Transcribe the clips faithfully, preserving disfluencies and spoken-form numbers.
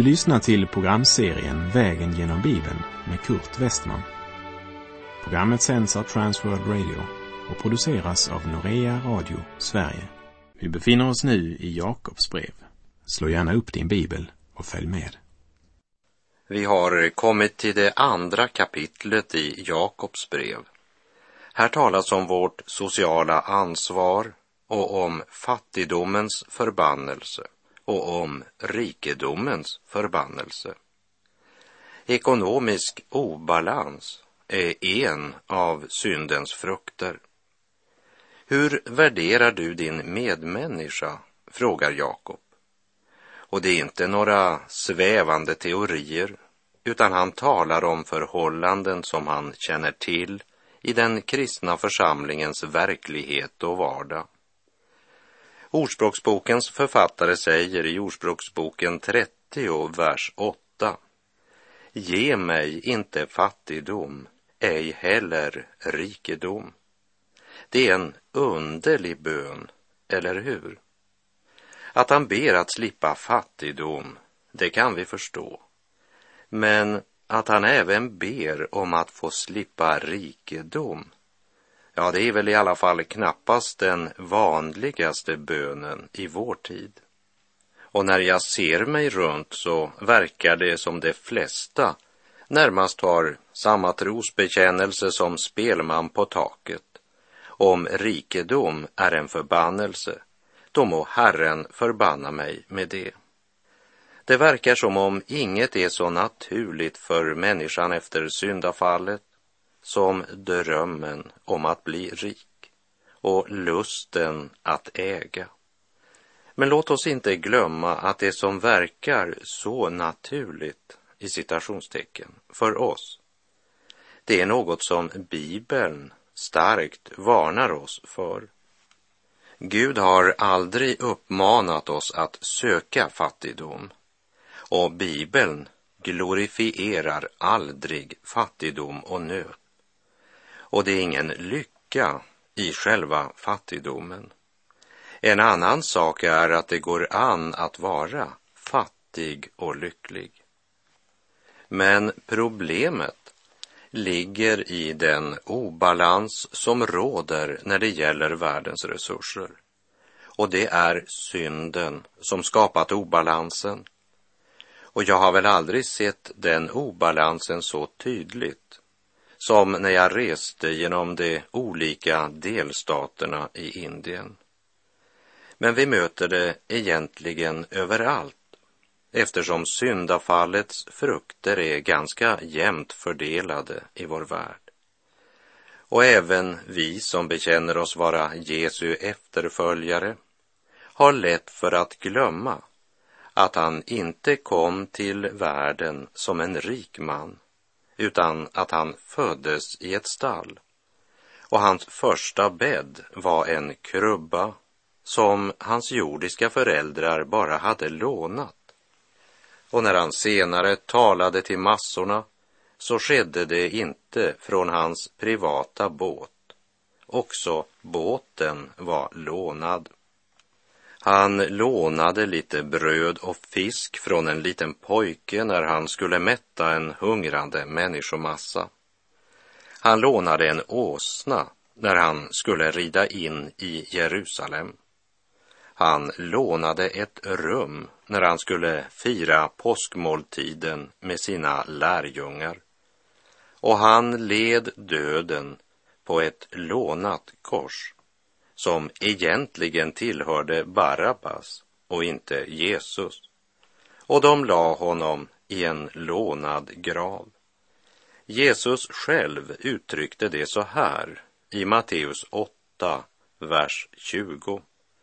Du lyssnar till programserien Vägen genom Bibeln med Kurt Westman. Programmet sänds av Transworld Radio och produceras av Norea Radio Sverige. Vi befinner oss nu i Jakobs brev. Slå gärna upp din bibel och följ med. Vi har kommit till det andra kapitlet i Jakobs brev. Här talas om vårt sociala ansvar och om fattigdomens förbannelse och om rikedomens förbannelse. Ekonomisk obalans är en av syndens frukter. Hur värderar du din medmänniska, frågar Jakob. Och det är inte några svävande teorier, utan han talar om förhållanden som han känner till i den kristna församlingens verklighet och vardag. Ordspråksbokens författare säger i Ordspråksboken trettio, vers åtta: Ge mig inte fattigdom, ej heller rikedom. Det är en underlig bön, eller hur? Att han ber att slippa fattigdom, det kan vi förstå. Men att han även ber om att få slippa rikedom, ja, det är väl i alla fall knappast den vanligaste bönen i vår tid. Och när jag ser mig runt så verkar det som de flesta närmast har samma trosbekännelse som spelman på taket. Om rikedom är en förbannelse, då må Herren förbanna mig med det. Det verkar som om inget är så naturligt för människan efter syndafallet som drömmen om att bli rik och lusten att äga. Men låt oss inte glömma att det som verkar så naturligt i citationstecken för oss, det är något som Bibeln starkt varnar oss för. Gud har aldrig uppmanat oss att söka fattigdom, och Bibeln glorifierar aldrig fattigdom och nöd. Och det är ingen lycka i själva fattigdomen. En annan sak är att det går an att vara fattig och lycklig. Men problemet ligger i den obalans som råder när det gäller världens resurser. Och det är synden som skapat obalansen. Och jag har väl aldrig sett den obalansen så tydligt som när jag reste genom de olika delstaterna i Indien. Men vi möter det egentligen överallt, eftersom syndafallets frukter är ganska jämnt fördelade i vår värld. Och även vi som bekänner oss vara Jesu efterföljare har lätt för att glömma att han inte kom till världen som en rik man, utan att han föddes i ett stall. Och hans första bädd var en krubba som hans jordiska föräldrar bara hade lånat. Och när han senare talade till massorna så skedde det inte från hans privata båt. Också båten var lånad. Han lånade lite bröd och fisk från en liten pojke när han skulle mätta en hungrande människomassa. Han lånade en åsna när han skulle rida in i Jerusalem. Han lånade ett rum när han skulle fira påskmåltiden med sina lärjungar. Och han led döden på ett lånat kors som egentligen tillhörde Barabbas och inte Jesus. Och de la honom i en lånad grav. Jesus själv uttryckte det så här i Matteus åtta, vers tjugo.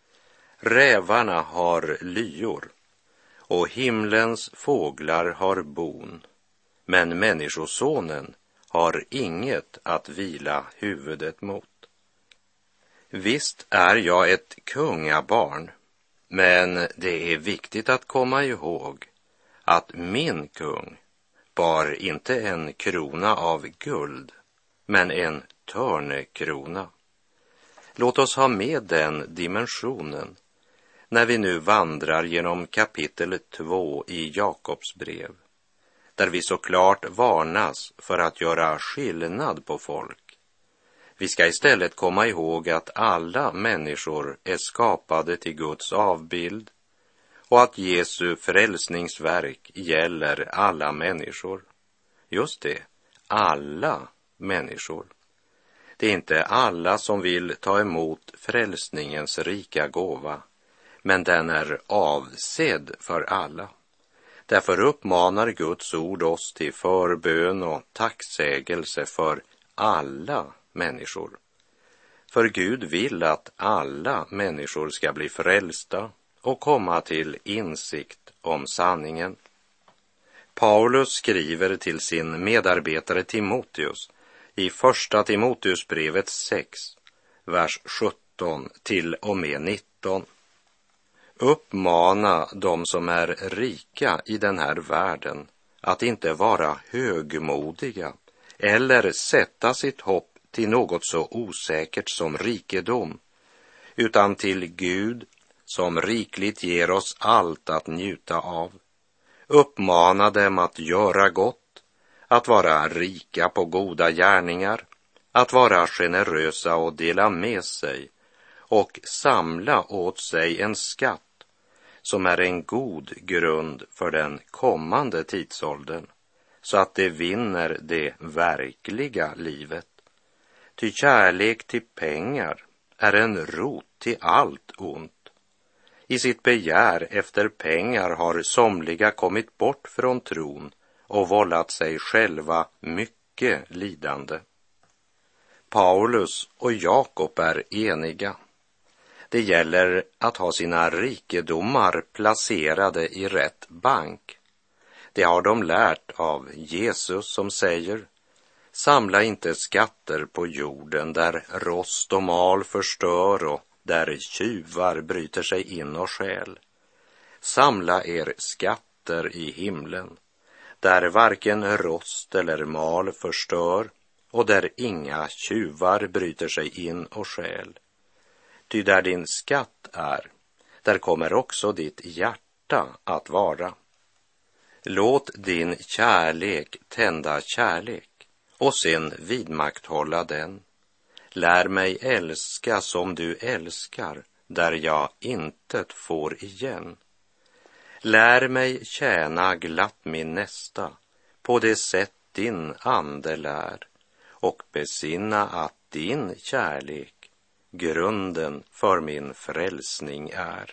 Rävarna har lyor och himlens fåglar har bon, men människosonen har inget att vila huvudet mot. Visst är jag ett kungabarn, men det är viktigt att komma ihåg att min kung bar inte en krona av guld, men en törnekrona. Låt oss ha med den dimensionen när vi nu vandrar genom kapitel två i Jakobs brev, där vi såklart varnas för att göra skillnad på folk. Vi ska istället komma ihåg att alla människor är skapade till Guds avbild och att Jesu frälsningsverk gäller alla människor. Just det, alla människor. Det är inte alla som vill ta emot frälsningens rika gåva, men den är avsedd för alla. Därför uppmanar Guds ord oss till förbön och tacksägelse för alla människor. För Gud vill att alla människor ska bli frälsta och komma till insikt om sanningen. Paulus skriver till sin medarbetare Timoteus i första Timoteusbrevet sex, vers sjutton till och med nitton. Uppmana de som är rika i den här världen att inte vara högmodiga eller sätta sitt hopp till något så osäkert som rikedom, utan till Gud som rikligt ger oss allt att njuta av. Uppmana dem att göra gott, att vara rika på goda gärningar, att vara generösa och dela med sig och samla åt sig en skatt som är en god grund för den kommande tidsåldern, så att de vinner det verkliga livet. Ty kärlek till pengar är en rot till allt ont. I sitt begär efter pengar har somliga kommit bort från tron och vållat sig själva mycket lidande. Paulus och Jakob är eniga. Det gäller att ha sina rikedomar placerade i rätt bank. Det har de lärt av Jesus som säger: samla inte skatter på jorden där rost och mal förstör och där tjuvar bryter sig in och stjäl. Samla er skatter i himlen, där varken rost eller mal förstör och där inga tjuvar bryter sig in och stjäl. Ty där din skatt är, där kommer också ditt hjärta att vara. Låt din kärlek tända kärlek och sen vidmakthålla den. Lär mig älska som du älskar, där jag intet får igen. Lär mig tjäna glatt min nästa på det sätt din ande lär, och besinna att din kärlek grunden för min frälsning är.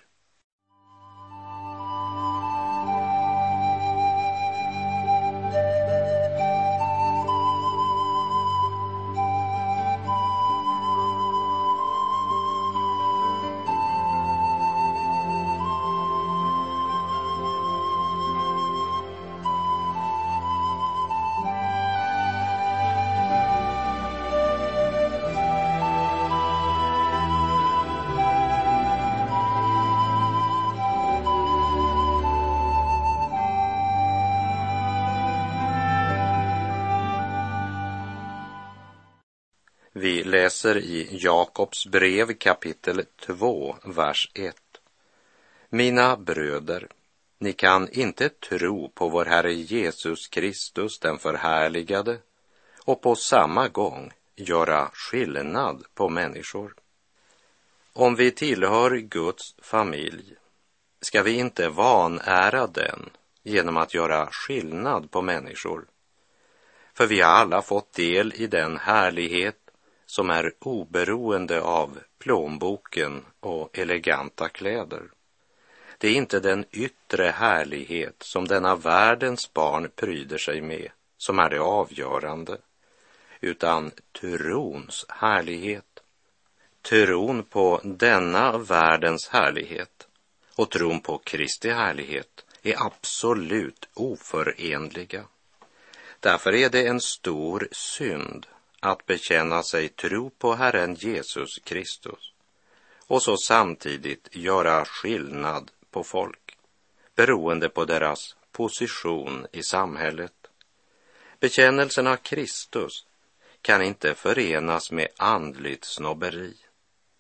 Vi läser i Jakobs brev kapitel två, vers ett. Mina bröder, ni kan inte tro på vår Herre Jesus Kristus den förhärligade och på samma gång göra skillnad på människor. Om vi tillhör Guds familj ska vi inte vanära den genom att göra skillnad på människor. För vi har alla fått del i den härlighet som är oberoende av plånboken och eleganta kläder. Det är inte den yttre härlighet som denna världens barn pryder sig med som är det avgörande, utan trons härlighet. Tron på denna världens härlighet och tron på Kristi härlighet är absolut oförenliga. Därför är det en stor synd att bekänna sig tro på Herren Jesus Kristus och så samtidigt göra skillnad på folk beroende på deras position i samhället. Bekännelsen av Kristus kan inte förenas med andligt snobberi.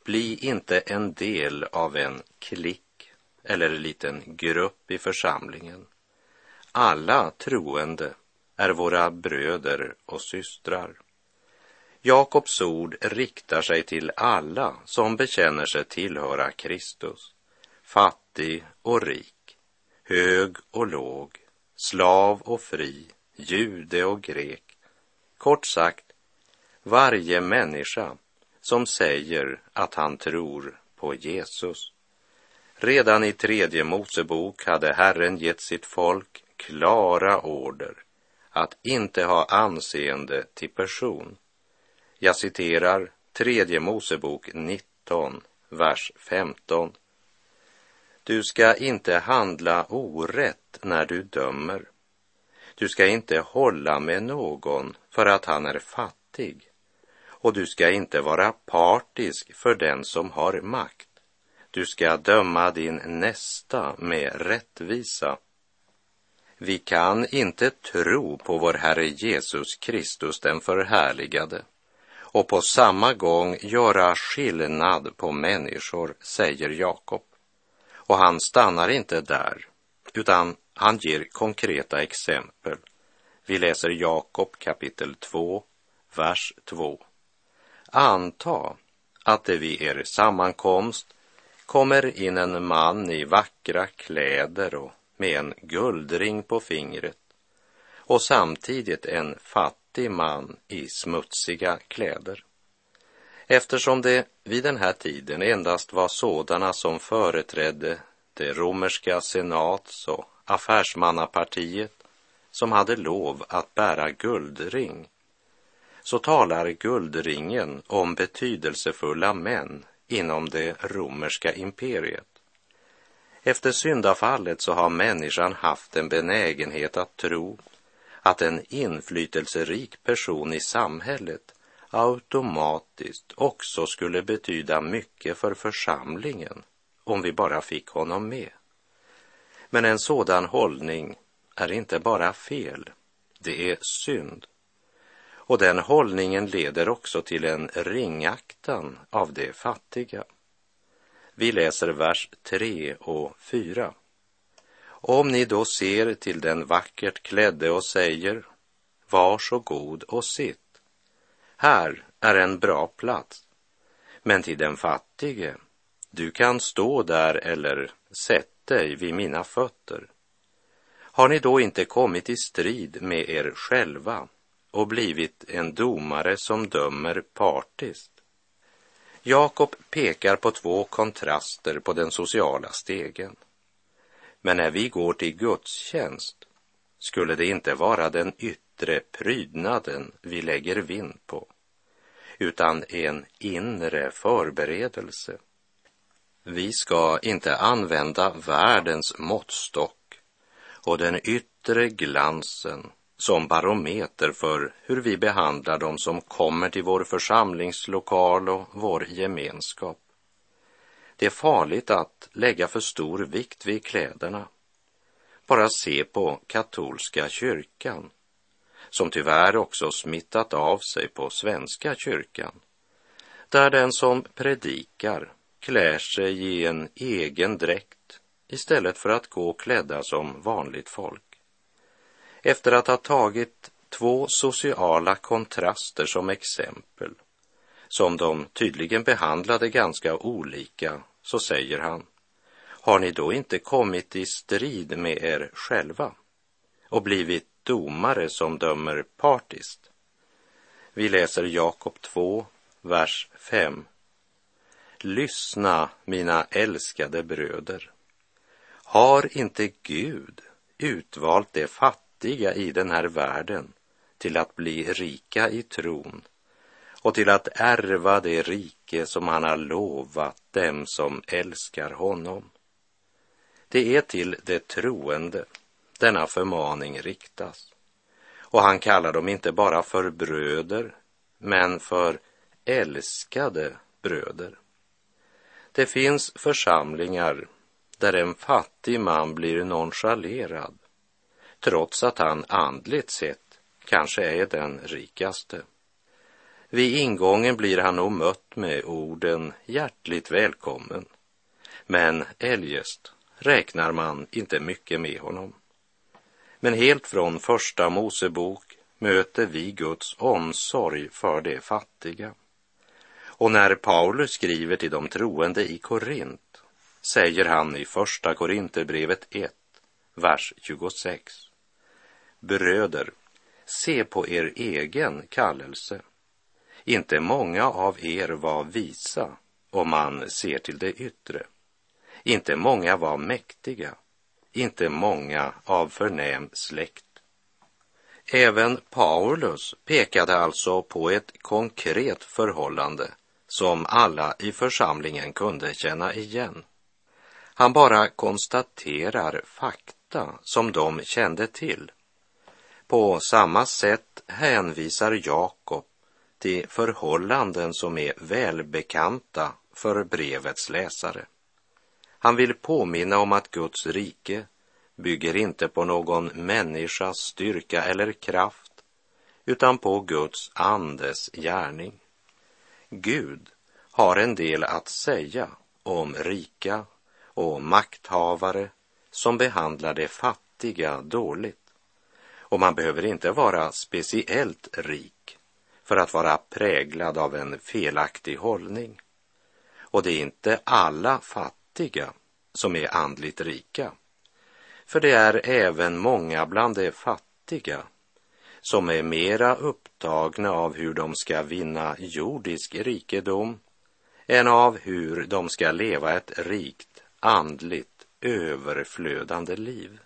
Bli inte en del av en klick eller en liten grupp i församlingen. Alla troende är våra bröder och systrar. Jakobs ord riktar sig till alla som bekänner sig tillhöra Kristus, fattig och rik, hög och låg, slav och fri, jude och grek. Kort sagt, varje människa som säger att han tror på Jesus. Redan i tredje Mosebok hade Herren gett sitt folk klara order att inte ha anseende till person. Jag citerar tredje Mosebok nitton, vers femton. Du ska inte handla orätt när du dömer. Du ska inte hålla med någon för att han är fattig. Och du ska inte vara partisk för den som har makt. Du ska döma din nästa med rättvisa. Vi kan inte tro på vår Herre Jesus Kristus den förhärligade och på samma gång göra skillnad på människor, säger Jakob. Och han stannar inte där, utan han ger konkreta exempel. Vi läser Jakob kapitel två, vers två. Anta att det vid er sammankomst kommer in en man i vackra kläder och med en guldring på fingret, och samtidigt en fattig man i smutsiga kläder. Eftersom det vid den här tiden endast var sådana som företrädde det romerska senats- och affärsmannapartiet som hade lov att bära guldring, så talar guldringen om betydelsefulla män inom det romerska imperiet. Efter syndafallet så har människan haft en benägenhet att tro att en inflytelserik person i samhället automatiskt också skulle betyda mycket för församlingen om vi bara fick honom med. Men en sådan hållning är inte bara fel, det är synd. Och den hållningen leder också till en ringaktan av det fattiga. Vi läser vers tre och fyra. Om ni då ser till den vackert klädde och säger, varsågod och sitt. Här är en bra plats. Men till den fattige, du kan stå där eller sätt dig vid mina fötter. Har ni då inte kommit i strid med er själva och blivit en domare som dömer partiskt? Jakob pekar på två kontraster på den sociala stegen. Men när vi går till gudstjänst skulle det inte vara den yttre prydnaden vi lägger vind på, utan en inre förberedelse. Vi ska inte använda världens måttstock och den yttre glansen som barometer för hur vi behandlar dem som kommer till vår församlingslokal och vår gemenskap. Det är farligt att lägga för stor vikt vid kläderna. Bara se på katolska kyrkan, som tyvärr också smittat av sig på svenska kyrkan, där den som predikar klär sig i en egen dräkt istället för att gå klädda som vanligt folk. Efter att ha tagit två sociala kontraster som exempel, som de tydligen behandlade ganska olika, så säger han, har ni då inte kommit i strid med er själva och blivit domare som dömer partiskt? Vi läser Jakob två, vers fem. Lyssna, mina älskade bröder. Har inte Gud utvalt det fattiga i den här världen till att bli rika i tron och till att ärva det rike som han har lovat dem som älskar honom? Det är till det troende denna förmaning riktas. Och han kallar dem inte bara för bröder, men för älskade bröder. Det finns församlingar där en fattig man blir nonchalerad, trots att han andligt sett kanske är den rikaste. Vid ingången blir han nog mött med orden hjärtligt välkommen, men eljest räknar man inte mycket med honom. Men helt från första Mosebok möter vi Guds omsorg för de fattiga. Och när Paulus skriver till de troende i Korint säger han i första Korinterbrevet ett, vers tjugosex: Bröder, se på er egen kallelse. Inte många av er var visa om man ser till det yttre. Inte många var mäktiga, inte många av förnäm släkt. Även Paulus pekade alltså på ett konkret förhållande som alla i församlingen kunde känna igen. Han bara konstaterar fakta som de kände till. På samma sätt hänvisar Jakob till förhållanden som är välbekanta för brevets läsare. Han vill påminna om att Guds rike bygger inte på någon människas styrka eller kraft, utan på Guds andes gärning. Gud har en del att säga om rika och makthavare som behandlar de fattiga dåligt. Och man behöver inte vara speciellt rik för att vara präglad av en felaktig hållning. Och det är inte alla fattiga som är andligt rika. För det är även många bland de fattiga som är mera upptagna av hur de ska vinna jordisk rikedom än av hur de ska leva ett rikt, andligt, överflödande liv.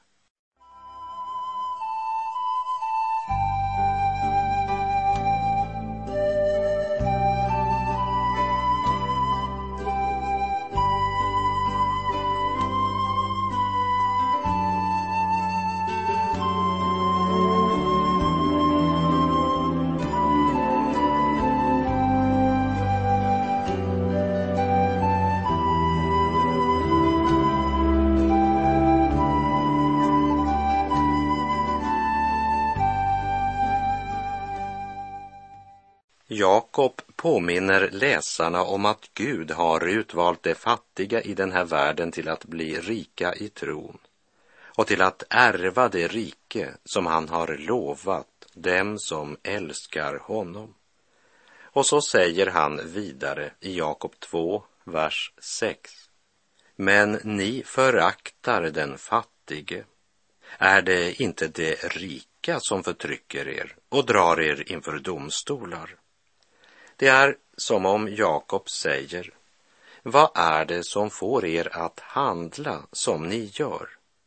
Jakob påminner läsarna om att Gud har utvalt de fattiga i den här världen till att bli rika i tron och till att ärva det rike som han har lovat dem som älskar honom. Och så säger han vidare i Jakob två, vers sex: Men ni föraktar den fattige. Är det inte det rika som förtrycker er och drar er inför domstolar? Det är som om Jakob säger: vad är det som får er att handla som ni gör?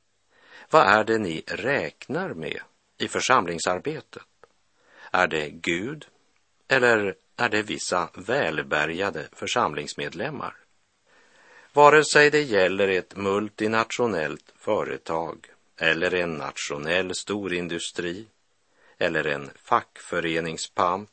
Vad är det ni räknar med i församlingsarbetet? Är det Gud eller är det vissa välbärgade församlingsmedlemmar? Vare sig det gäller ett multinationellt företag eller en nationell storindustri eller en fackföreningspamp,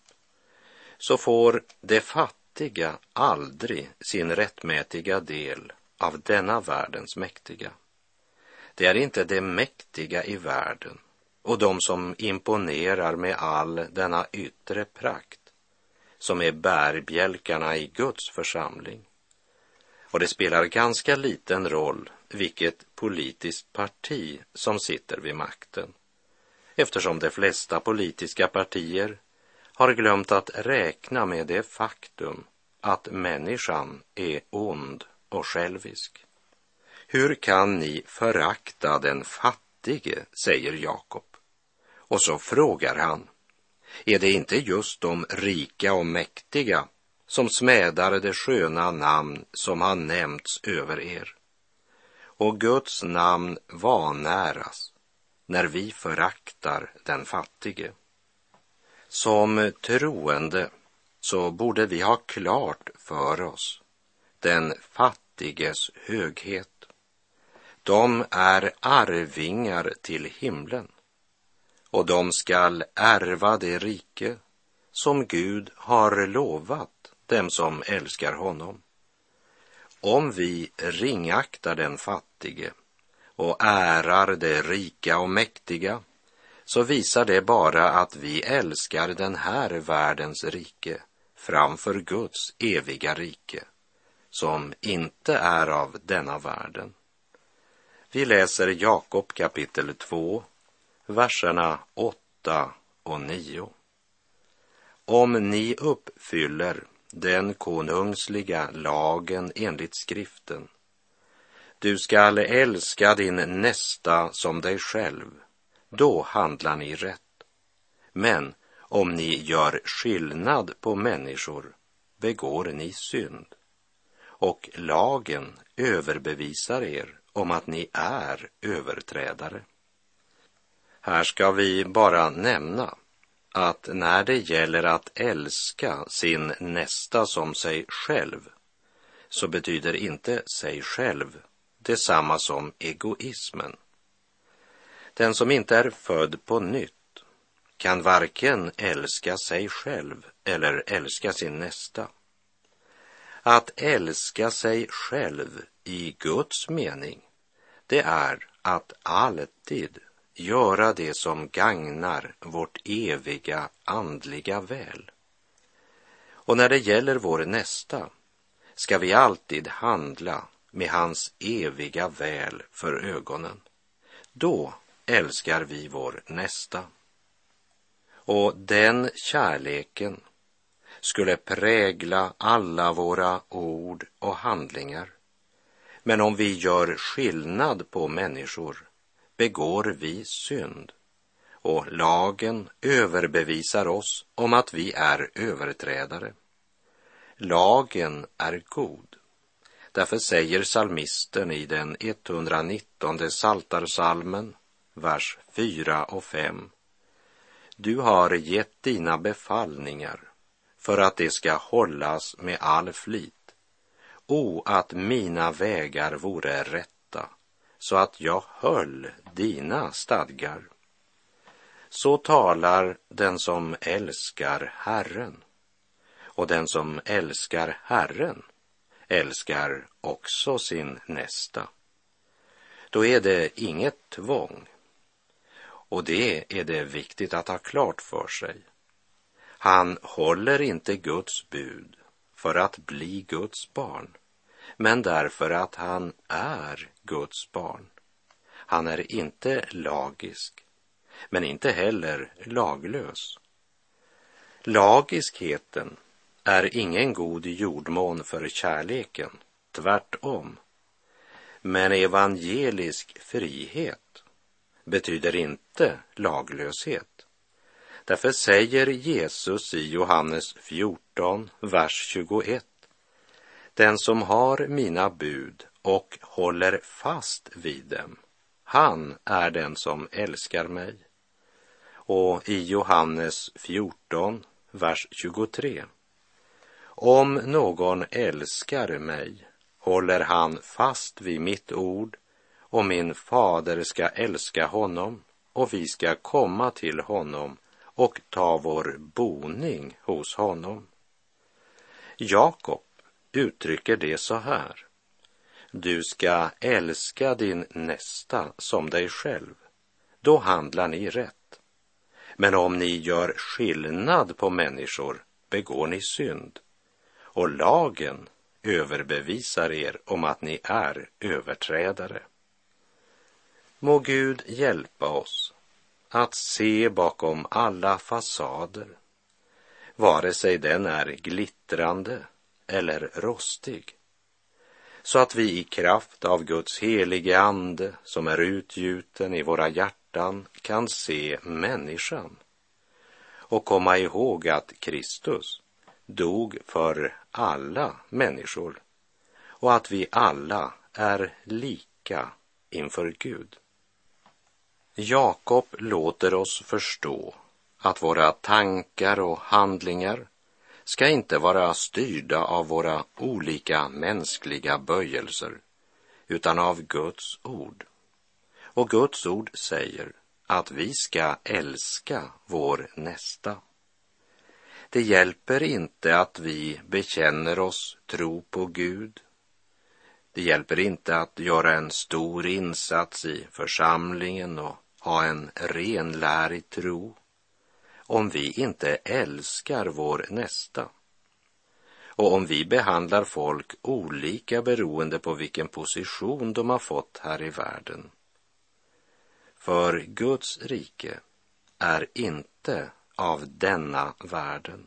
så får de fattiga aldrig sin rättmätiga del av denna världens mäktiga. Det är inte de mäktiga i världen och de som imponerar med all denna yttre prakt som är bärbjälkarna i Guds församling. Och det spelar ganska liten roll vilket politiskt parti som sitter vid makten, eftersom de flesta politiska partier har glömt att räkna med det faktum att människan är ond och självisk. Hur kan ni förakta den fattige, säger Jakob. Och så frågar han: är det inte just de rika och mäktiga som smädar det sköna namn som har nämnts över er? Och Guds namn vanäras när vi föraktar den fattige. Som troende så borde vi ha klart för oss den fattiges höghet. De är arvingar till himlen och de skall ärva det rike som Gud har lovat dem som älskar honom. Om vi ringaktar den fattige och ärar det rika och mäktiga, så visar det bara att vi älskar den här världens rike framför Guds eviga rike, som inte är av denna världen. Vi läser Jakob kapitel två, verserna åtta och nio. Om ni uppfyller den konungsliga lagen enligt skriften, du skall älska din nästa som dig själv, då handlar ni rätt. Men om ni gör skillnad på människor, begår ni synd. Och lagen överbevisar er om att ni är överträdare. Här ska vi bara nämna att när det gäller att älska sin nästa som sig själv, så betyder inte sig själv detsamma som egoismen. Den som inte är född på nytt kan varken älska sig själv eller älska sin nästa. Att älska sig själv i Guds mening, det är att alltid göra det som gagnar vårt eviga andliga väl. Och när det gäller vår nästa ska vi alltid handla med hans eviga väl för ögonen. Då älskar vi vår nästa. Och den kärleken skulle prägla alla våra ord och handlingar. Men om vi gör skillnad på människor, begår vi synd. Och lagen överbevisar oss om att vi är överträdare. Lagen är god. Därför säger psalmisten i den etthundranittonde psaltarpsalmen, vers fyra och fem. Du har gett dina befallningar för att det ska hållas med all flit. O, att mina vägar vore rätta, så att jag höll dina stadgar. Så talar den som älskar Herren. Och den som älskar Herren älskar också sin nästa. Då är det inget tvång. Och det är det viktigt att ha klart för sig. Han håller inte Guds bud för att bli Guds barn, men därför att han är Guds barn. Han är inte lagisk, men inte heller laglös. Lagiskheten är ingen god jordmån för kärleken, tvärtom. Men evangelisk frihet betyder inte laglöshet. Därför säger Jesus i Johannes fjorton, vers tjugoett. Den som har mina bud och håller fast vid dem, han är den som älskar mig. Och i Johannes fjorton, vers tjugotre. Om någon älskar mig, håller han fast vid mitt ord, och min fader ska älska honom, och vi ska komma till honom och ta vår boning hos honom. Jakob uttrycker det så här. Du ska älska din nästa som dig själv. Då handlar ni rätt. Men om ni gör skillnad på människor, begår ni synd. Och lagen överbevisar er om att ni är överträdare. Må Gud hjälpa oss att se bakom alla fasader, vare sig den är glittrande eller rostig, så att vi i kraft av Guds helige ande som är utgjuten i våra hjärtan kan se människan och komma ihåg att Kristus dog för alla människor och att vi alla är lika inför Gud. Jakob låter oss förstå att våra tankar och handlingar ska inte vara styrda av våra olika mänskliga böjelser, utan av Guds ord. Och Guds ord säger att vi ska älska vår nästa. Det hjälper inte att vi bekänner oss tro på Gud. Det hjälper inte att göra en stor insats i församlingen och ha en renlärig tro om vi inte älskar vår nästa. och om vi behandlar folk olika beroende på vilken position de har fått här i världen. För Guds rike är inte av denna världen.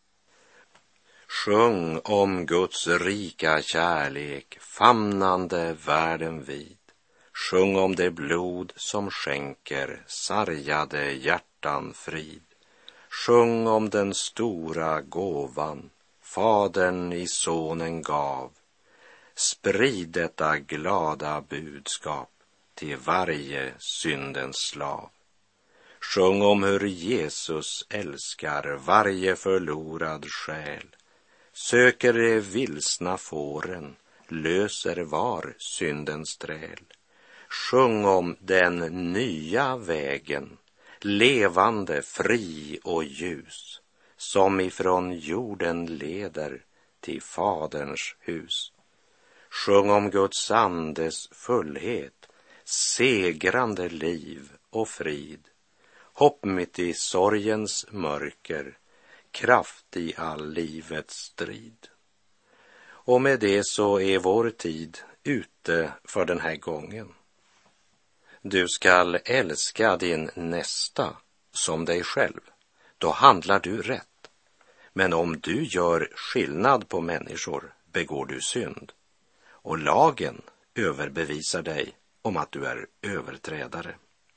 Sjung om Guds rika kärlek, famnande världen vid. Sjung om det blod som skänker sargade hjärtan frid. Sjung om den stora gåvan Fadern i sonen gav. Sprid detta glada budskap till varje syndens slav. Sjung om hur Jesus älskar varje förlorad själ. Söker de vilsna fåren, löser var syndens träl. Sjung om den nya vägen, levande, fri och ljus, som ifrån jorden leder till Faderns hus. Sjung om Guds andes fullhet, segrande liv och frid, hopp mitt i sorgens mörker, kraft i all livets strid. Och med det så är vår tid ute för den här gången. Du skall älska din nästa som dig själv. Då handlar du rätt. Men om du gör skillnad på människor begår du synd. Och lagen överbevisar dig om att du är överträdare.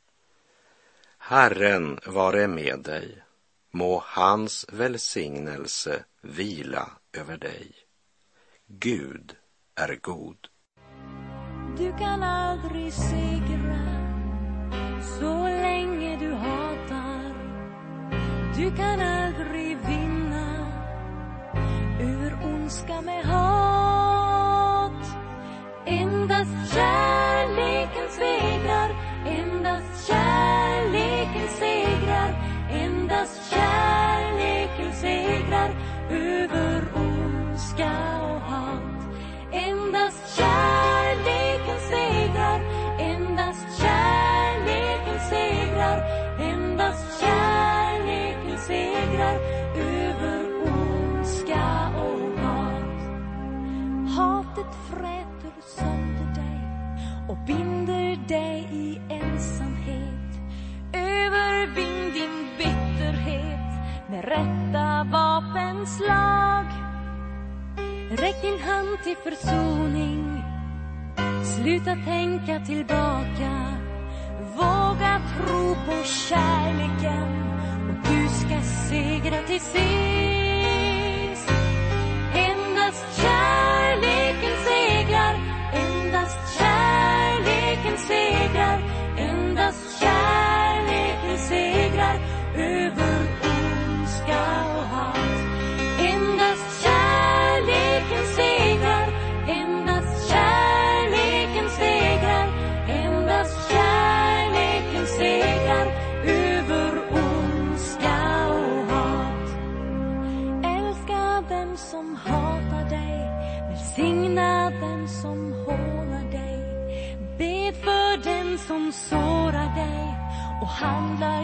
Herren vare med dig. Må hans välsignelse vila över dig. Gud är god. Du kan aldrig segra så länge du hatar. Du kan aldrig vinna över ondska med hat. Endast kärleken segrar, endast kärleken segrar, endast kärleken segrar över ondska och hat. Endast kärleken segrar, endast kärleken segrar, endast kärleken segrar över ondska och hat. Hatet fräter sönder dig och binder dig i ensamhet. Övervinn din bitterhet med rätta vapenslag. Räck din hand till försoning. Sluta tänka tillbaka. Våga tro på kärleken och du ska segra till sist. Endast kärleken segrar, endast kärleken segrar, endast kärleken segrar över ondska och hat. Endast kärleken segrar, endast kärleken segrar, endast kärleken segrar över ondska och hat. Älska den som hatar dig, välsigna den som hånar dig. Bed för den som sårar dig och handla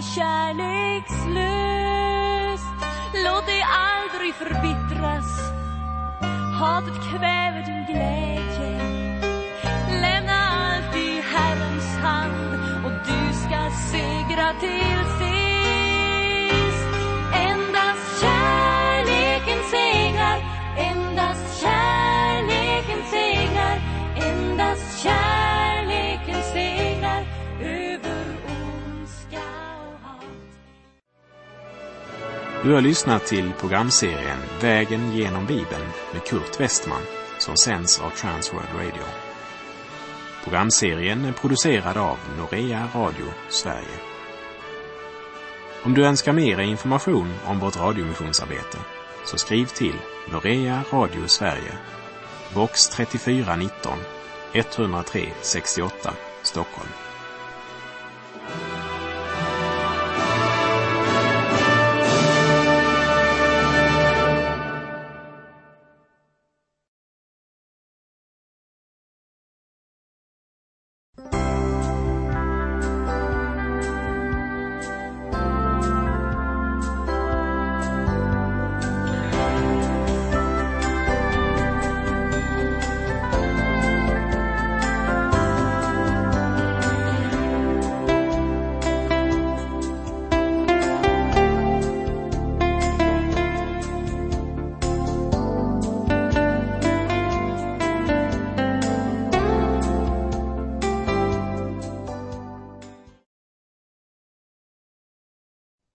kärlekslöst. Låt dig aldrig förbittras. Hatet kväver din glädje. Lämna allt i Herrens hand och du ska segra till sist. Endast kärleken segrar, endast kärleken segrar, endast kärleken segrar över ondska och hat. Du har lyssnat till programserien Vägen genom Bibeln med Kurt Westman som sänds av Transworld Radio. Programserien är producerad av Norea Radio Sverige. Om du önskar mer information om vårt radiomissionsarbete så skriv till Norea Radio Sverige, box trettiofyra nitton, etthundratre sextioåtta, Stockholm.